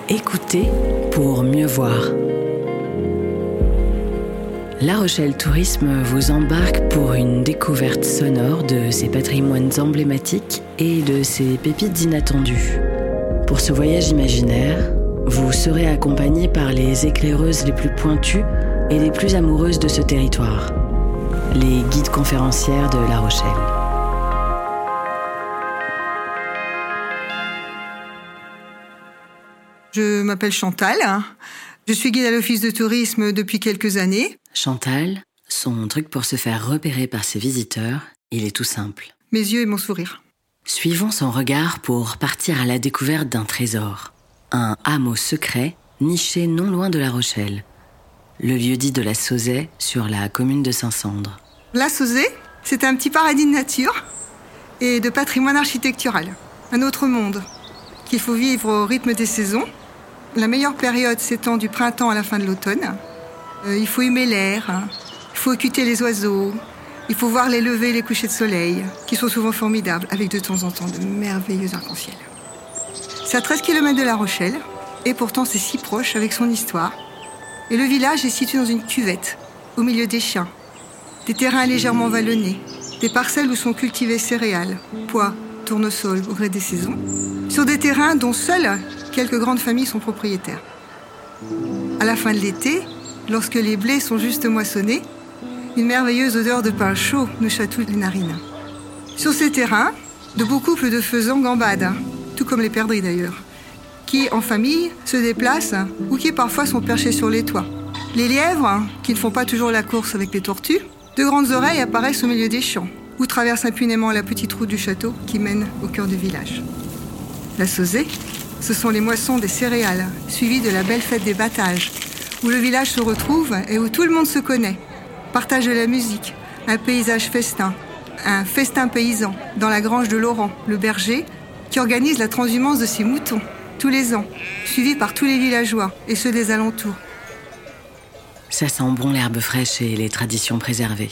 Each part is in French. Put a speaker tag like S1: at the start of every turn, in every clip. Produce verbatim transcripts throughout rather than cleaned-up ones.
S1: Écoutez pour mieux voir. La Rochelle Tourisme vous embarque pour une découverte sonore de ses patrimoines emblématiques et de ses pépites inattendues. Pour ce voyage imaginaire, vous serez accompagné par les éclaireuses les plus pointues et les plus amoureuses de ce territoire, les guides conférencières de La Rochelle.
S2: Je m'appelle Chantal, je suis guide à l'office de tourisme depuis quelques années.
S1: Chantal, son truc pour se faire repérer par ses visiteurs, il est tout simple.
S2: Mes yeux et mon sourire.
S1: Suivons son regard pour partir à la découverte d'un trésor. Un hameau secret niché non loin de La Rochelle. Le lieu-dit de la Sauzet sur la commune de Saint-Sandre.
S2: La Sauzet, c'est un petit paradis de nature et de patrimoine architectural. Un autre monde qu'il faut vivre au rythme des saisons. La meilleure période s'étend du printemps à la fin de l'automne. Euh, il faut humer l'air, hein. Il faut écouter les oiseaux, il faut voir les levées et les couchers de soleil, qui sont souvent formidables, avec de temps en temps de merveilleux arcs-en-ciel. C'est à treize kilomètres de La Rochelle, et pourtant c'est si proche avec son histoire. Et le village est situé dans une cuvette, au milieu des champs, des terrains légèrement vallonnés, des parcelles où sont cultivées céréales, pois, tournesol au gré des saisons, sur des terrains dont seules quelques grandes familles sont propriétaires. À la fin de l'été, lorsque les blés sont juste moissonnés, une merveilleuse odeur de pain chaud nous chatouille les narines. Sur ces terrains, de beaux couples de faisans gambadent, tout comme les perdrix d'ailleurs, qui, en famille, se déplacent ou qui parfois sont perchés sur les toits. Les lièvres, qui ne font pas toujours la course avec les tortues, de grandes oreilles apparaissent au milieu des champs, ou traversent impunément la petite route du château qui mène au cœur du village. La Sauzet, ce sont les moissons des céréales, suivies de la belle fête des battages, où le village se retrouve et où tout le monde se connaît, partage de la musique, un paysage festin, un festin paysan dans la grange de Laurent, le berger, qui organise la transhumance de ses moutons tous les ans, suivi par tous les villageois et ceux des alentours.
S1: Ça sent bon l'herbe fraîche et les traditions préservées.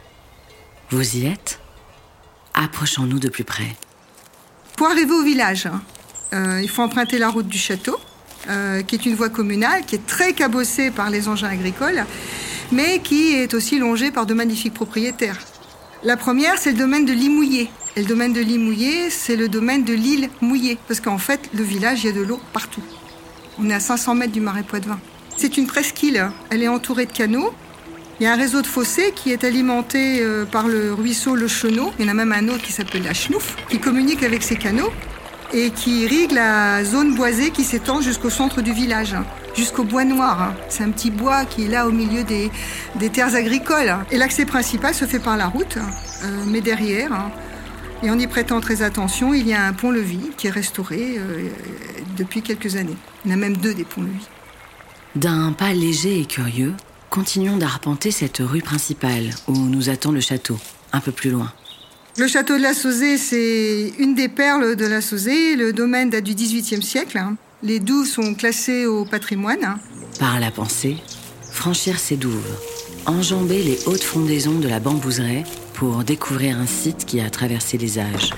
S1: Vous y êtes ? Approchons-nous de plus près.
S2: Pour arriver au village, euh, il faut emprunter la route du château, euh, qui est une voie communale, qui est très cabossée par les engins agricoles, mais qui est aussi longée par de magnifiques propriétaires. La première, c'est le domaine de Limouillé. Et le domaine de Limouillé, c'est le domaine de l'île Mouillée, parce qu'en fait, le village, il y a de l'eau partout. On est à cinq cents mètres du marais Poitevin. C'est une presqu'île, elle est entourée de canaux. Il y a un réseau de fossés qui est alimenté euh, par le ruisseau Le Chenot. Il y en a même un autre qui s'appelle la Schnouf, qui communique avec ces canaux et qui irrigue la zone boisée qui s'étend jusqu'au centre du village, jusqu'au bois noir. C'est un petit bois qui est là au milieu des, des terres agricoles. Et l'accès principal se fait par la route, euh, mais derrière, et en y prêtant très attention, il y a un pont-levis qui est restauré euh, depuis quelques années. Il y en a même deux des ponts-levis.
S1: D'un pas léger et curieux, continuons d'arpenter cette rue principale où nous attend le château, un peu plus loin.
S2: Le château de la Sauzet, c'est une des perles de la Sauzet. Le domaine date du dix-huitième siècle. Les douves sont classées au patrimoine.
S1: Par la pensée, franchir ces douves, enjamber les hautes frondaisons de la bambouseraie pour découvrir un site qui a traversé les âges.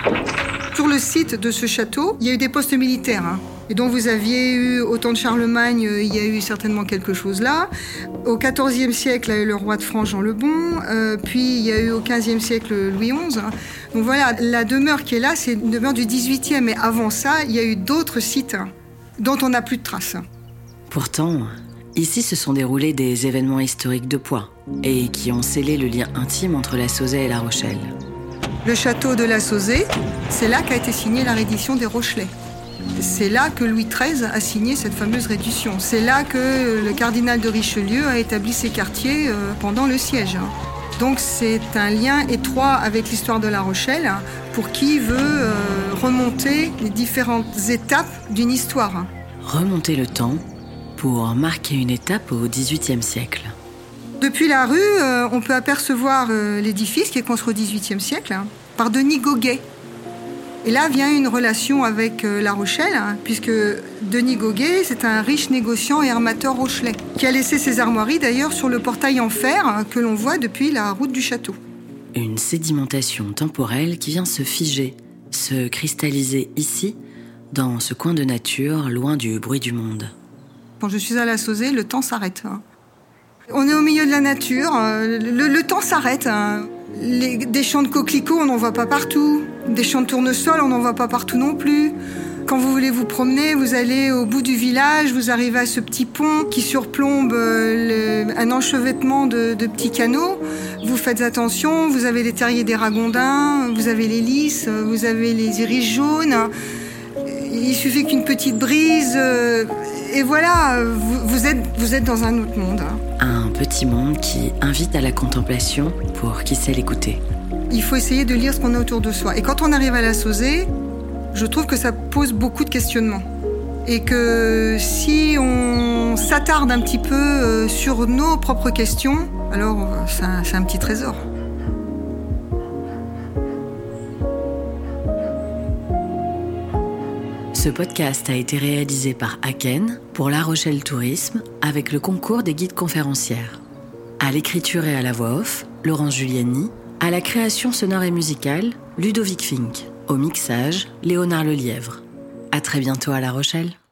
S2: Sur le site de ce château, il y a eu des postes militaires. Hein. Et donc vous aviez eu, au temps de Charlemagne, il y a eu certainement quelque chose là. Au quatorzième siècle, il y a eu le roi de France Jean le Bon. Euh, puis il y a eu au quinzième siècle Louis onze. Donc voilà, la demeure qui est là, c'est une demeure du dix-huitième. Mais avant ça, il y a eu d'autres sites dont on n'a plus de traces.
S1: Pourtant, ici se sont déroulés des événements historiques de poids et qui ont scellé le lien intime entre la Sauzet et La Rochelle.
S2: Le château de la Sauzet, c'est là qu'a été signée la reddition des Rochelais. C'est là que Louis treize a signé cette fameuse reddition. C'est là que le cardinal de Richelieu a établi ses quartiers pendant le siège. Donc c'est un lien étroit avec l'histoire de La Rochelle pour qui veut remonter les différentes étapes d'une histoire.
S1: Remonter le temps pour marquer une étape au dix-huitième siècle.
S2: Depuis la rue, on peut apercevoir l'édifice qui est construit au dix-huitième siècle par Denis Goguet. Et là vient une relation avec La Rochelle, hein, puisque Denis Goguet, c'est un riche négociant et armateur rochelais, qui a laissé ses armoiries d'ailleurs sur le portail en fer hein, que l'on voit depuis la route du château.
S1: Une sédimentation temporelle qui vient se figer, se cristalliser ici, dans ce coin de nature, loin du bruit du monde.
S2: Quand je suis à la Sauzée, le temps s'arrête. On est au milieu de la nature, le, le temps s'arrête. Les, des champs de coquelicots, on n'en voit pas partout. Des champs de tournesol, on n'en voit pas partout non plus. Quand vous voulez vous promener, vous allez au bout du village, vous arrivez à ce petit pont qui surplombe le, un enchevêtrement de, de petits canaux. Vous faites attention, vous avez les terriers des ragondins, vous avez les lys, vous avez les iris jaunes. Il suffit qu'une petite brise, et voilà, vous, vous, êtes, vous êtes dans un autre monde.
S1: Un petit monde qui invite à la contemplation pour qui sait l'écouter.
S2: Il faut essayer de lire ce qu'on a autour de soi. Et quand on arrive à la Sauzée, je trouve que ça pose beaucoup de questionnements. Et que si on s'attarde un petit peu sur nos propres questions, alors c'est un, c'est un petit trésor.
S1: Ce podcast a été réalisé par Aken pour La Rochelle Tourisme avec le concours des guides conférencières. À l'écriture et à la voix off, Laurence Giuliani. À la création sonore et musicale, Ludovic Fink. Au mixage, Léonard Lelièvre. À très bientôt à La Rochelle.